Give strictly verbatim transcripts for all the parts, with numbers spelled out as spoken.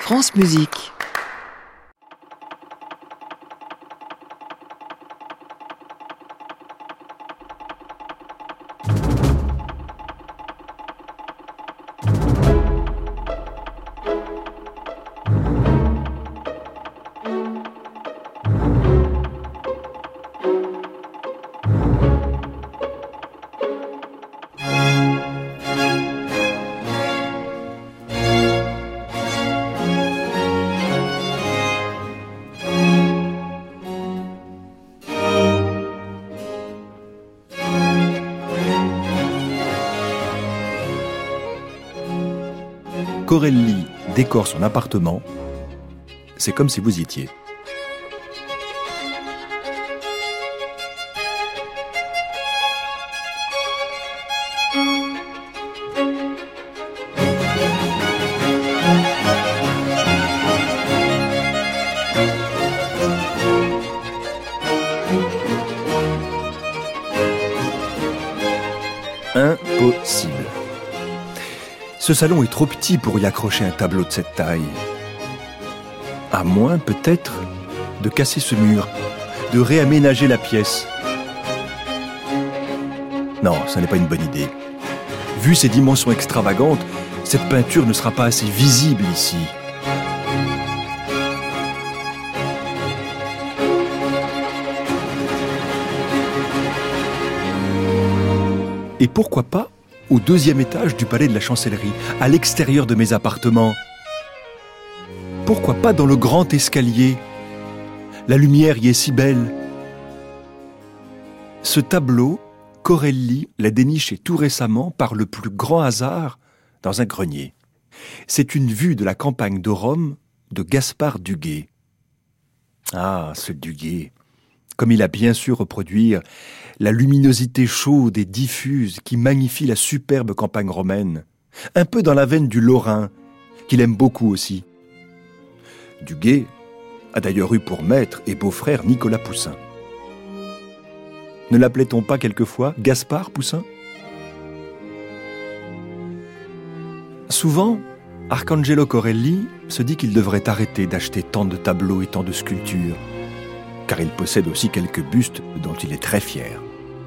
France Musique. Corelli décore son appartement, c'est comme si vous y étiez. Impossible. Ce salon est trop petit pour y accrocher un tableau de cette taille. À moins, peut-être, de casser ce mur, de réaménager la pièce. Non, ça n'est pas une bonne idée. Vu ses dimensions extravagantes, cette peinture ne sera pas assez visible ici. Et pourquoi pas au deuxième étage du palais de la Chancellerie, à l'extérieur de mes appartements? Pourquoi pas dans le grand escalier? La lumière y est si belle. Ce tableau, Corelli l'a déniché tout récemment par le plus grand hasard dans un grenier. C'est une vue de la campagne de Rome de Gaspard Duguay. Ah, ce Duguay! Comme il a bien su reproduire la luminosité chaude et diffuse qui magnifie la superbe campagne romaine, un peu dans la veine du Lorrain, qu'il aime beaucoup aussi. Duguay a d'ailleurs eu pour maître et beau-frère Nicolas Poussin. Ne l'appelait-on pas quelquefois Gaspard Poussin? Souvent, Arcangelo Corelli se dit qu'il devrait arrêter d'acheter tant de tableaux et tant de sculptures, car il possède aussi quelques bustes dont il est très fier.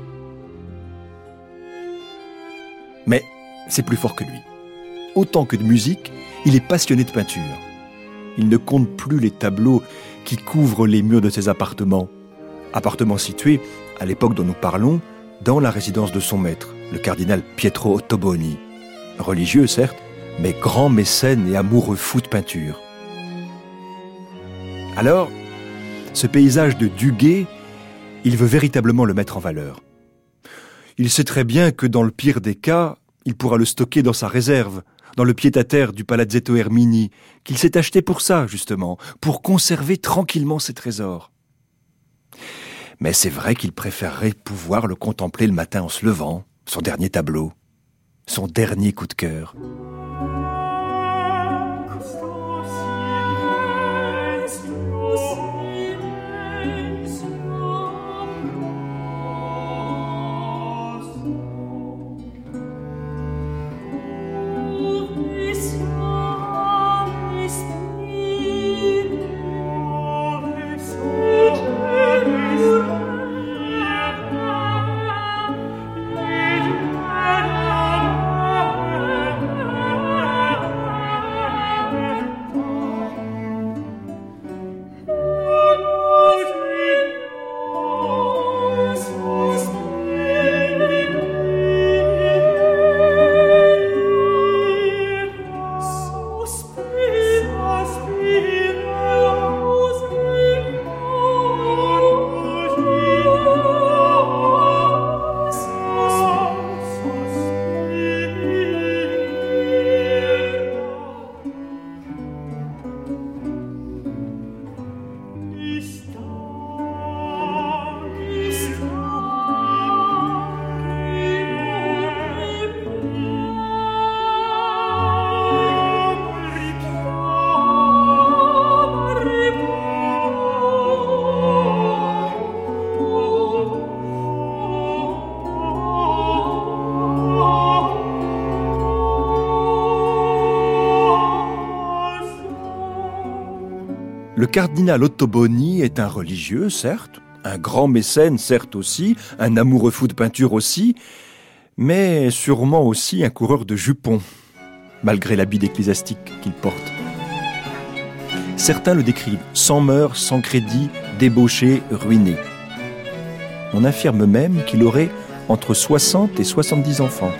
Mais c'est plus fort que lui. Autant que de musique, il est passionné de peinture. Il ne compte plus les tableaux qui couvrent les murs de ses appartements. Appartements situés, à l'époque dont nous parlons, dans la résidence de son maître, le cardinal Pietro Ottoboni. Religieux, certes, mais grand mécène et amoureux fou de peinture. Alors, ce paysage de Duguay, il veut véritablement le mettre en valeur. Il sait très bien que dans le pire des cas, il pourra le stocker dans sa réserve, dans le pied-à-terre du Palazzetto Ermini, qu'il s'est acheté pour ça, justement, pour conserver tranquillement ses trésors. Mais c'est vrai qu'il préférerait pouvoir le contempler le matin en se levant, son dernier tableau, son dernier coup de cœur. Le cardinal Ottoboni est un religieux, certes, un grand mécène, certes aussi, un amoureux fou de peinture aussi, mais sûrement aussi un coureur de jupons, malgré l'habit d'ecclésiastique qu'il porte. Certains le décrivent sans mœurs, sans crédit, débauché, ruiné. On affirme même qu'il aurait entre soixante et soixante-dix enfants.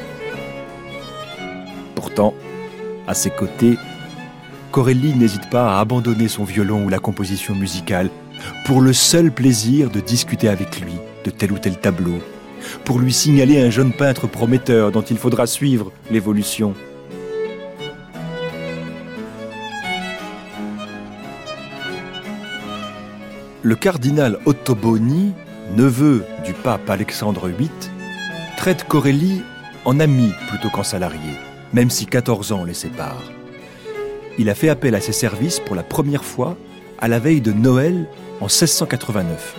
Pourtant, à ses côtés, Corelli n'hésite pas à abandonner son violon ou la composition musicale pour le seul plaisir de discuter avec lui de tel ou tel tableau, pour lui signaler un jeune peintre prometteur dont il faudra suivre l'évolution. Le cardinal Ottoboni, neveu du pape Alexandre huit, traite Corelli en ami plutôt qu'en salarié, même si quatorze ans les séparent. Il a fait appel à ses services pour la première fois à la veille de Noël en seize cent quatre-vingt-neuf.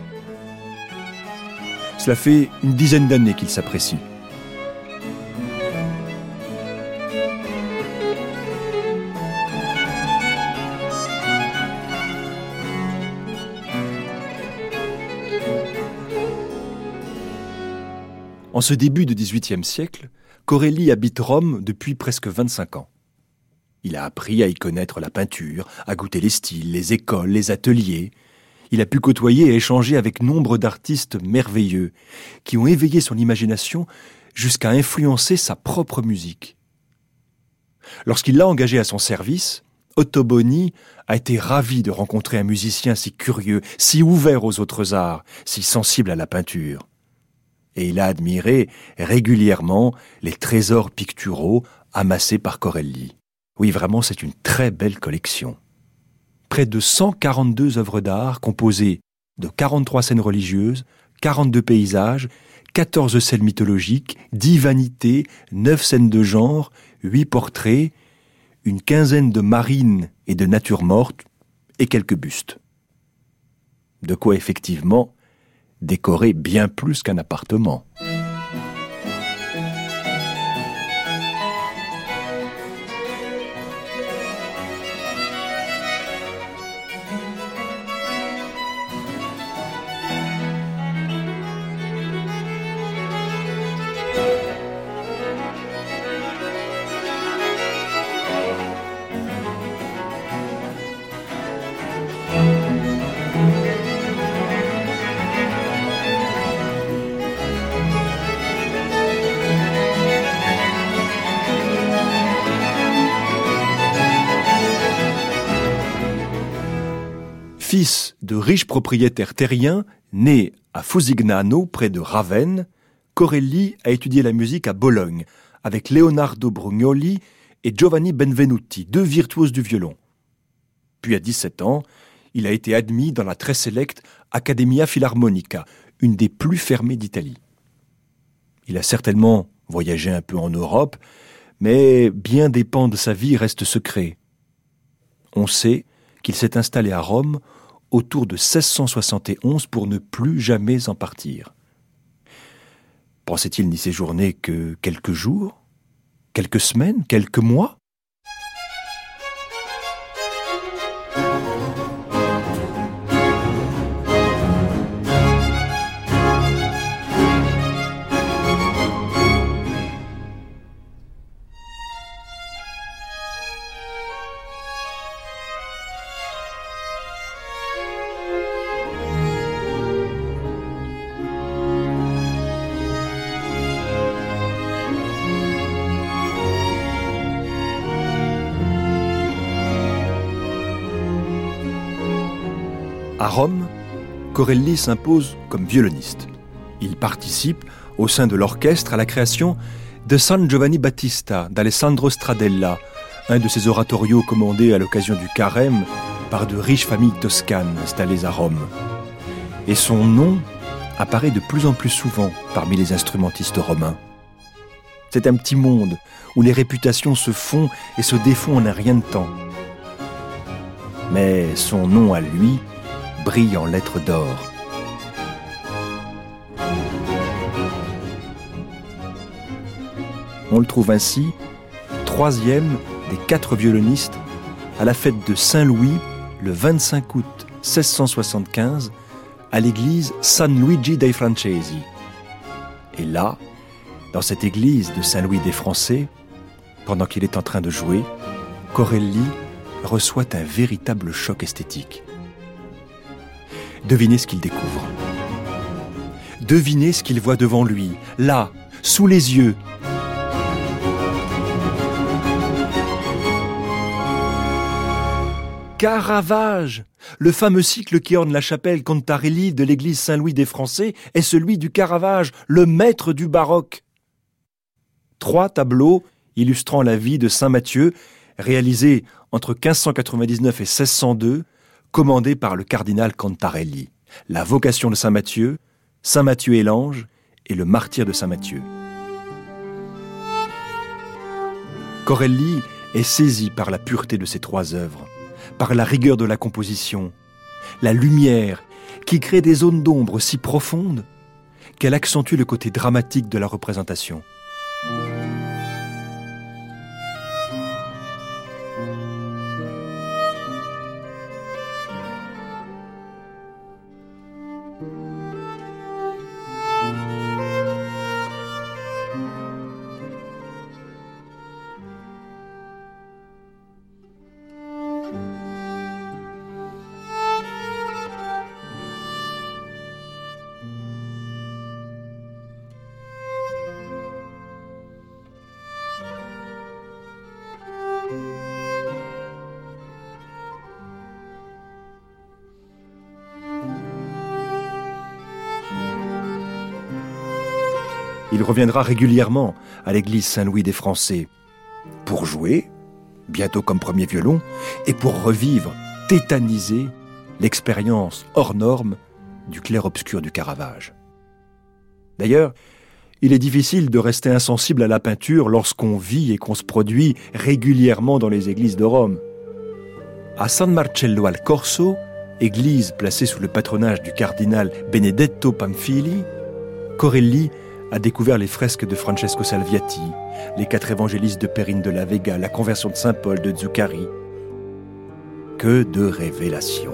Cela fait une dizaine d'années qu'ils s'apprécient. En ce début du dix-huitième siècle, Corelli habite Rome depuis presque vingt-cinq ans. Il a appris à y connaître la peinture, à goûter les styles, les écoles, les ateliers. Il a pu côtoyer et échanger avec nombre d'artistes merveilleux qui ont éveillé son imagination jusqu'à influencer sa propre musique. Lorsqu'il l'a engagé à son service, Ottoboni a été ravi de rencontrer un musicien si curieux, si ouvert aux autres arts, si sensible à la peinture. Et il a admiré régulièrement les trésors picturaux amassés par Corelli. Oui, vraiment, c'est une très belle collection. Près de cent quarante-deux œuvres d'art composées de quarante-trois scènes religieuses, quarante-deux paysages, quatorze scènes mythologiques, dix vanités, neuf scènes de genre, huit portraits, une quinzaine de marines et de natures mortes et quelques bustes. De quoi effectivement décorer bien plus qu'un appartement. Fils de riches propriétaires terriens, né à Fusignano, près de Ravenne, Corelli a étudié la musique à Bologne, avec Leonardo Brugnoli et Giovanni Benvenuti, deux virtuoses du violon. Puis à dix-sept ans, il a été admis dans la très sélecte Accademia Filarmonica, une des plus fermées d'Italie. Il a certainement voyagé un peu en Europe, mais bien des pans de sa vie restent secrets. On sait qu'il s'est installé à Rome autour de seize cent soixante et onze pour ne plus jamais en partir. Pensait-il n'y séjourner que quelques jours, quelques semaines, quelques mois ? À Rome, Corelli s'impose comme violoniste. Il participe, au sein de l'orchestre, à la création de San Giovanni Battista d'Alessandro Stradella, un de ces oratorios commandés à l'occasion du carême par de riches familles toscanes installées à Rome. Et son nom apparaît de plus en plus souvent parmi les instrumentistes romains. C'est un petit monde où les réputations se font et se défont en un rien de temps. Mais son nom à lui brille en lettres d'or. On le trouve ainsi troisième des quatre violonistes à la fête de Saint-Louis le vingt-cinq août seize cent soixante-quinze, à l'église San Luigi dei Francesi. Et là, dans cette église de Saint-Louis des Français, pendant qu'il est en train de jouer, Corelli reçoit un véritable choc esthétique. Devinez ce qu'il découvre. Devinez ce qu'il voit devant lui, là, sous les yeux. Caravage! Le fameux cycle qui orne la chapelle Contarelli de l'église Saint-Louis des Français est celui du Caravage, le maître du baroque. Trois tableaux illustrant la vie de saint Matthieu, réalisés entre quinze cent quatre-vingt-dix-neuf et seize cent deux, commandés par le cardinal Contarelli. La vocation de saint Matthieu, saint Matthieu et l'ange et le martyre de saint Matthieu. Corelli est saisi par la pureté de ces trois œuvres, par la rigueur de la composition, la lumière qui crée des zones d'ombre si profondes qu'elle accentue le côté dramatique de la représentation. Il reviendra régulièrement à l'église Saint-Louis des Français pour jouer, bientôt comme premier violon, et pour revivre, tétaniser l'expérience hors norme du clair-obscur du Caravage. D'ailleurs, il est difficile de rester insensible à la peinture lorsqu'on vit et qu'on se produit régulièrement dans les églises de Rome. À San Marcello al Corso, église placée sous le patronage du cardinal Benedetto Pamphili, Corelli a découvert les fresques de Francesco Salviati, les quatre évangélistes de Perrine de la Vega, la conversion de Saint-Paul de Zuccari. Que de révélations!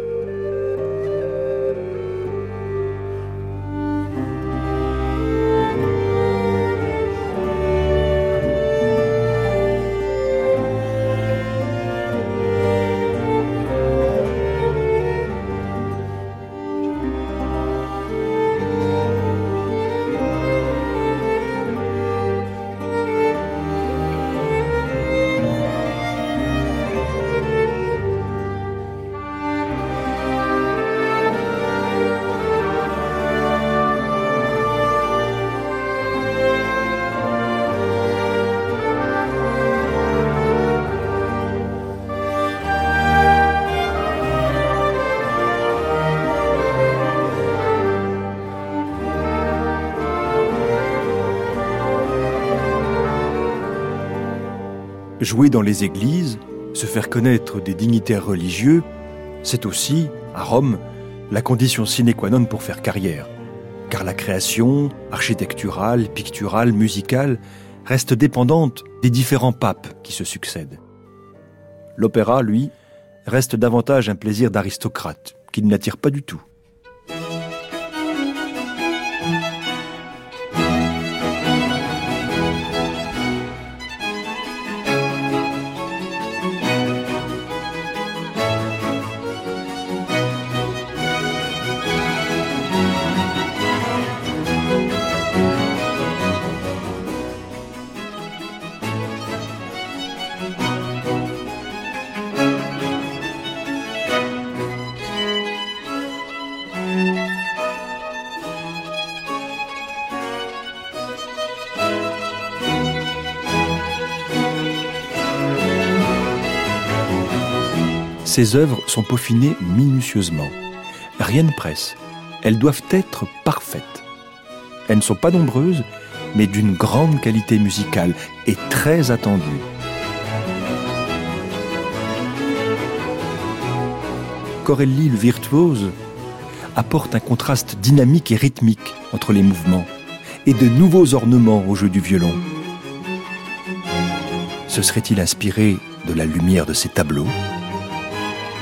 Jouer dans les églises, se faire connaître des dignitaires religieux, c'est aussi, à Rome, la condition sine qua non pour faire carrière. Car la création, architecturale, picturale, musicale, reste dépendante des différents papes qui se succèdent. L'opéra, lui, reste davantage un plaisir d'aristocrate, qui ne l'attire pas du tout. Ces œuvres sont peaufinées minutieusement. Rien ne presse. Elles doivent être parfaites. Elles ne sont pas nombreuses, mais d'une grande qualité musicale et très attendues. Corelli, le virtuose, apporte un contraste dynamique et rythmique entre les mouvements et de nouveaux ornements au jeu du violon. Se serait-il inspiré de la lumière de ces tableaux ?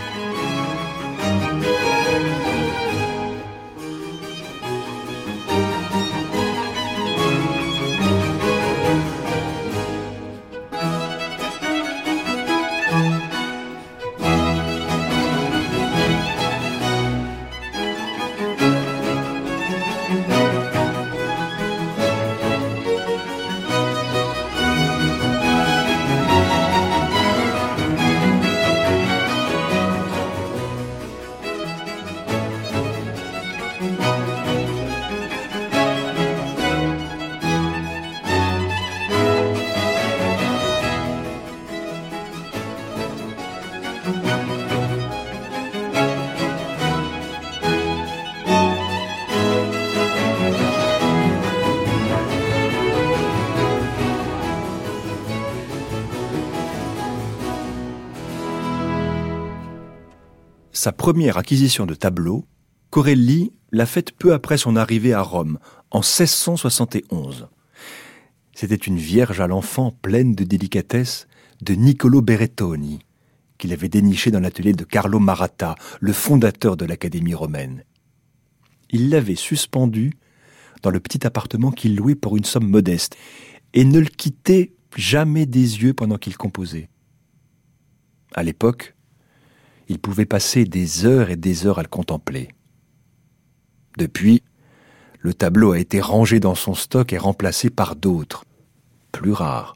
Sa première acquisition de tableaux, Corelli l'a faite peu après son arrivée à Rome, en seize cent soixante et onze. C'était une Vierge à l'enfant pleine de délicatesse de Niccolo Berrettoni, qu'il avait dénichée dans l'atelier de Carlo Maratta, le fondateur de l'Académie romaine. Il l'avait suspendue dans le petit appartement qu'il louait pour une somme modeste et ne le quittait jamais des yeux pendant qu'il composait. À l'époque, il pouvait passer des heures et des heures à le contempler. Depuis, le tableau a été rangé dans son stock et remplacé par d'autres, plus rares.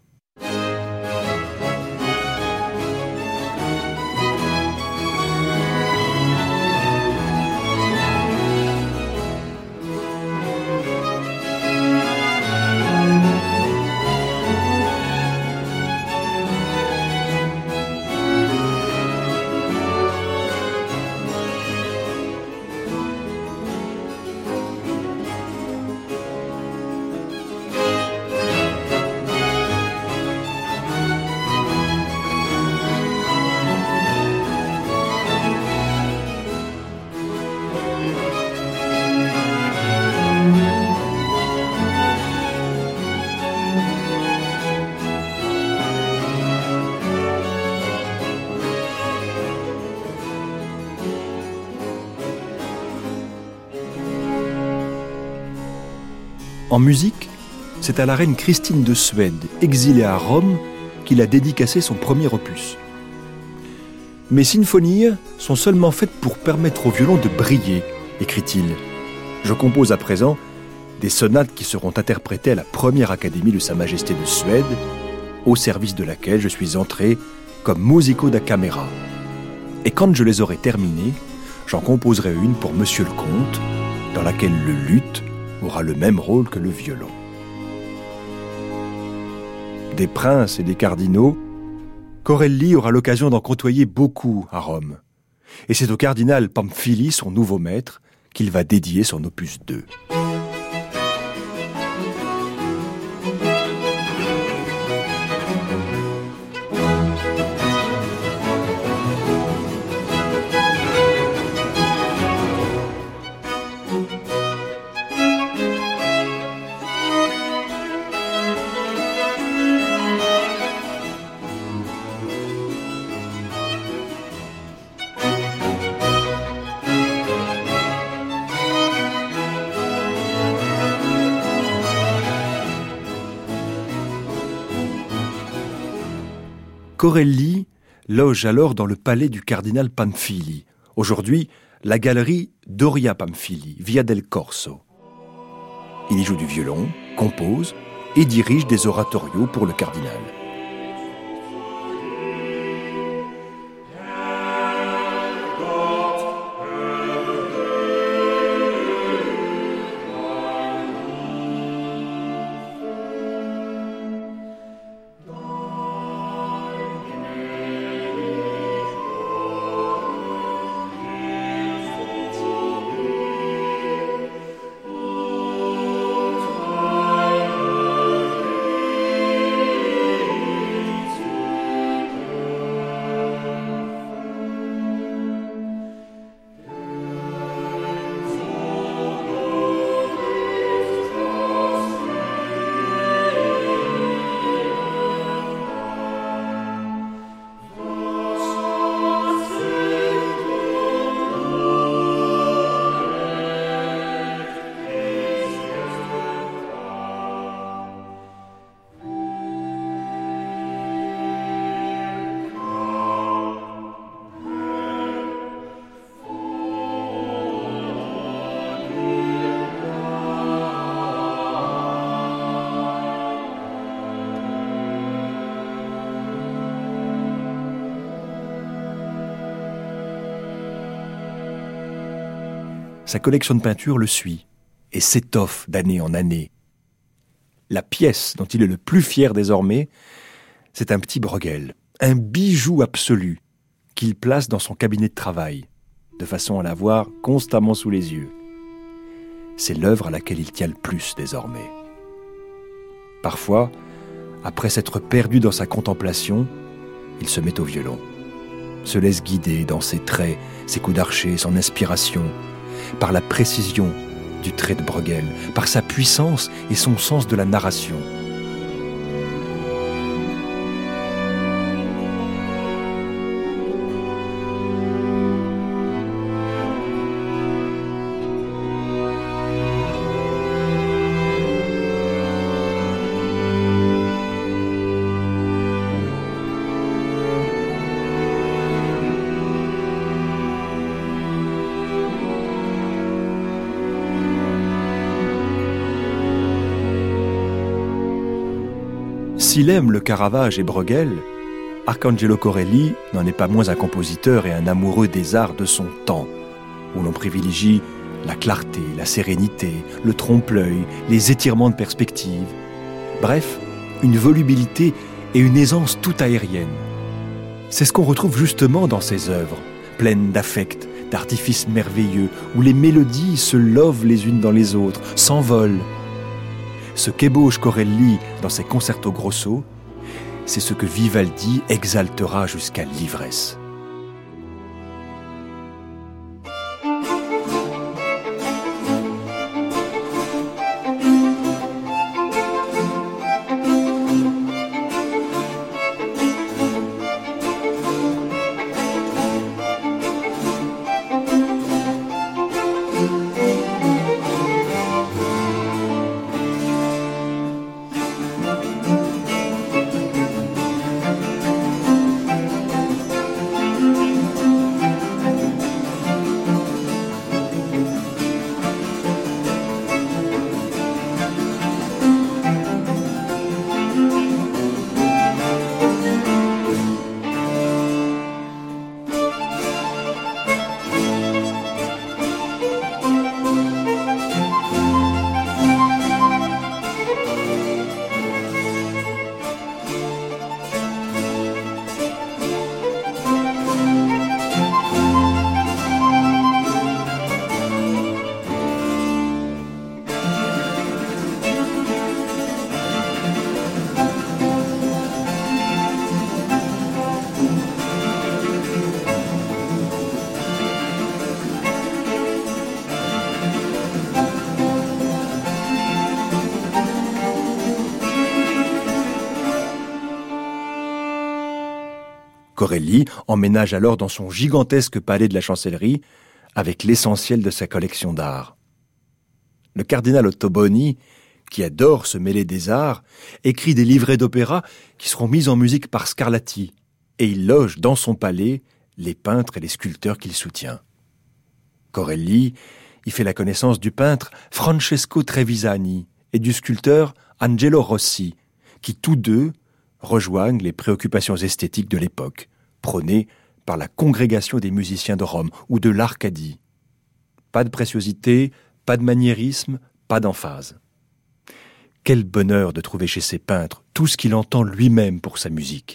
En musique, c'est à la reine Christine de Suède, exilée à Rome, qu'il a dédicacé son premier opus. Mes symphonies sont seulement faites pour permettre au violon de briller, écrit-il. Je compose à présent des sonates qui seront interprétées à la première académie de Sa Majesté de Suède, au service de laquelle je suis entré comme musico da camera. Et quand je les aurai terminées, j'en composerai une pour Monsieur le Comte, dans laquelle le luth aura le même rôle que le violon. Des princes et des cardinaux, Corelli aura l'occasion d'en côtoyer beaucoup à Rome. Et c'est au cardinal Pamphili, son nouveau maître, qu'il va dédier son opus deux. Corelli loge alors dans le palais du cardinal Pamphili, aujourd'hui la galerie Doria Pamphili, Via del Corso. Il y joue du violon, compose et dirige des oratorios pour le cardinal. sa collection de peintures le suit et s'étoffe d'année en année. La pièce dont il est le plus fier désormais, c'est un petit Bruegel, un bijou absolu qu'il place dans son cabinet de travail, de façon à l'avoir constamment sous les yeux. C'est l'œuvre à laquelle il tient le plus désormais. Parfois, après s'être perdu dans sa contemplation, il se met au violon, se laisse guider dans ses traits, ses coups d'archet, son inspiration, par la précision du trait de Bruegel, par sa puissance et son sens de la narration. S'il aime le Caravage et Bruegel, Arcangelo Corelli n'en est pas moins un compositeur et un amoureux des arts de son temps, où l'on privilégie la clarté, la sérénité, le trompe-l'œil, les étirements de perspective. Bref, une volubilité et une aisance tout aérienne. C'est ce qu'on retrouve justement dans ses œuvres, pleines d'affect, d'artifices merveilleux, où les mélodies se lovent les unes dans les autres, s'envolent. Ce qu'ébauche Corelli dans ses concertos grosso, c'est ce que Vivaldi exaltera jusqu'à l'ivresse. Corelli emménage alors dans son gigantesque palais de la Chancellerie avec l'essentiel de sa collection d'art. Le cardinal Ottoboni, qui adore se mêler des arts, écrit des livrets d'opéra qui seront mis en musique par Scarlatti, et il loge dans son palais les peintres et les sculpteurs qu'il soutient. Corelli y fait la connaissance du peintre Francesco Trevisani et du sculpteur Angelo Rossi, qui tous deux rejoignent les préoccupations esthétiques de l'époque, prônées par la congrégation des musiciens de Rome ou de l'Arcadie. Pas de préciosité, pas de maniérisme, pas d'emphase. Quel bonheur de trouver chez ces peintres tout ce qu'il entend lui-même pour sa musique.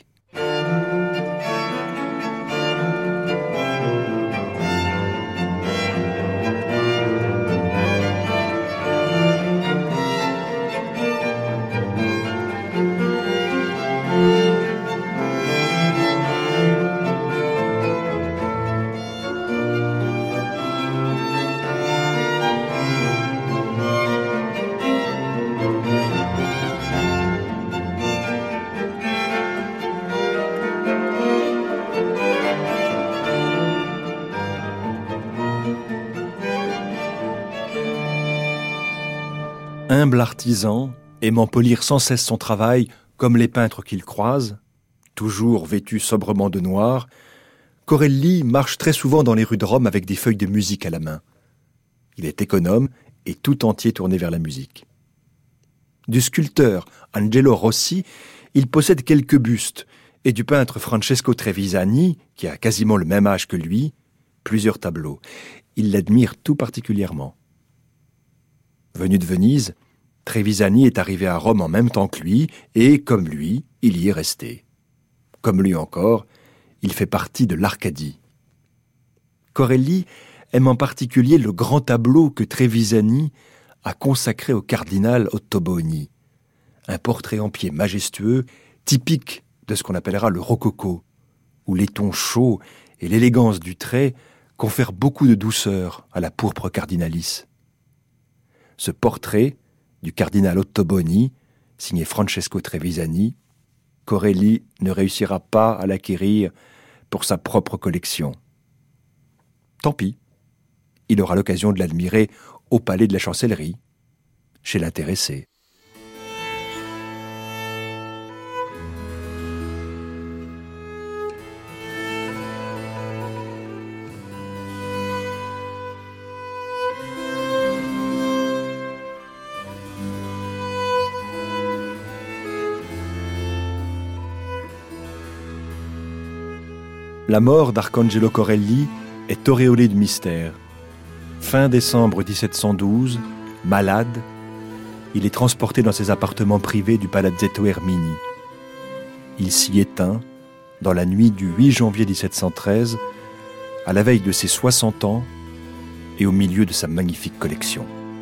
Humble artisan, aimant polir sans cesse son travail, comme les peintres qu'il croise, toujours vêtu sobrement de noir, Corelli marche très souvent dans les rues de Rome avec des feuilles de musique à la main. Il est économe et tout entier tourné vers la musique. Du sculpteur Angelo Rossi, il possède quelques bustes, et du peintre Francesco Trevisani, qui a quasiment le même âge que lui, plusieurs tableaux. Il l'admire tout particulièrement. Venu de Venise, Trevisani est arrivé à Rome en même temps que lui, et, comme lui, il y est resté. Comme lui encore, il fait partie de l'Arcadie. Corelli aime en particulier le grand tableau que Trevisani a consacré au cardinal Ottoboni, un portrait en pied majestueux, typique de ce qu'on appellera le rococo, où les tons chauds et l'élégance du trait confèrent beaucoup de douceur à la pourpre cardinalice. Ce portrait du cardinal Ottoboni, signé Francesco Trevisani, Corelli ne réussira pas à l'acquérir pour sa propre collection. Tant pis, il aura l'occasion de l'admirer au Palais de la Chancellerie, chez l'intéressé. La mort d'Arcangelo Corelli est auréolée de mystère. Fin décembre dix-sept cent douze, malade, il est transporté dans ses appartements privés du Palazzetto Ermini. Il s'y éteint dans la nuit du huit janvier dix-sept cent treize, à la veille de ses soixante ans et au milieu de sa magnifique collection.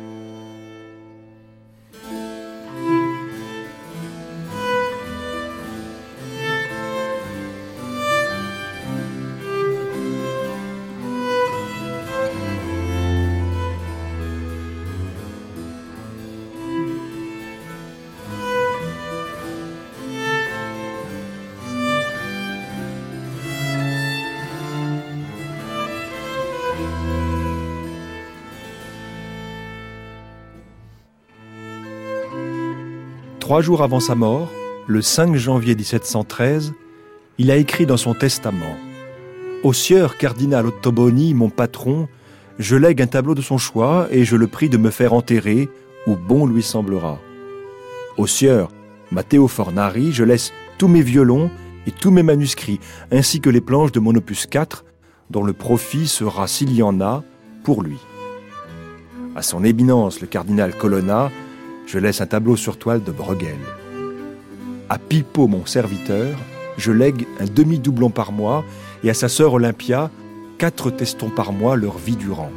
Trois jours avant sa mort, le cinq janvier dix-sept cent treize, il a écrit dans son testament « Au sieur cardinal Ottoboni, mon patron, je lègue un tableau de son choix et je le prie de me faire enterrer où bon lui semblera. Au sieur Matteo Fornari, je laisse tous mes violons et tous mes manuscrits, ainsi que les planches de mon opus quatre, dont le profit sera, s'il y en a, pour lui. À son éminence, le cardinal Colonna, je laisse un tableau sur toile de Bruegel. À Pipo, mon serviteur, je lègue un demi-doublon par mois et à sa sœur Olympia, quatre testons par mois leur vie durant.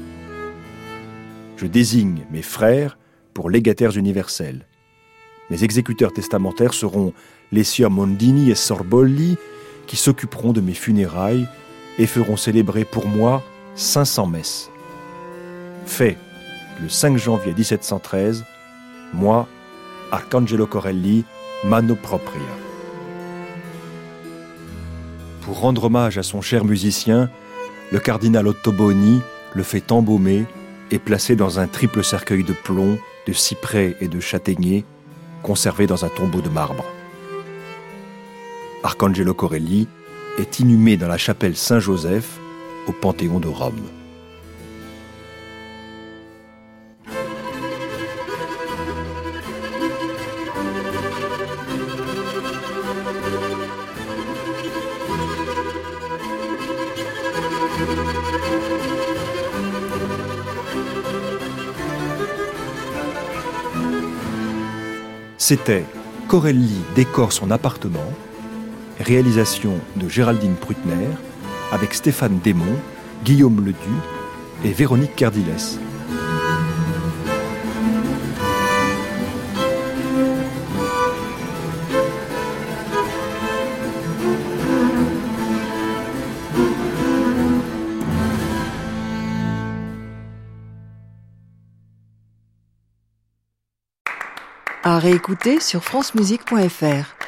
Je désigne mes frères pour légataires universels. Mes exécuteurs testamentaires seront les sieurs Mondini et Sorbolli, qui s'occuperont de mes funérailles et feront célébrer pour moi cinq cents messes. Fait le cinq janvier dix-sept cent treize, moi, Arcangelo Corelli, mano propria. Pour rendre hommage à son cher musicien, le cardinal Ottoboni le fait embaumer et placer dans un triple cercueil de plomb, de cyprès et de châtaignier, conservé dans un tombeau de marbre. Arcangelo Corelli est inhumé dans la chapelle Saint-Joseph au Panthéon de Rome. C'était Corelli décore son appartement, réalisation de Géraldine Prutner, avec Stéphane Desmond, Guillaume Ledu et Véronique Kerdiles. À réécouter sur francemusique point f r.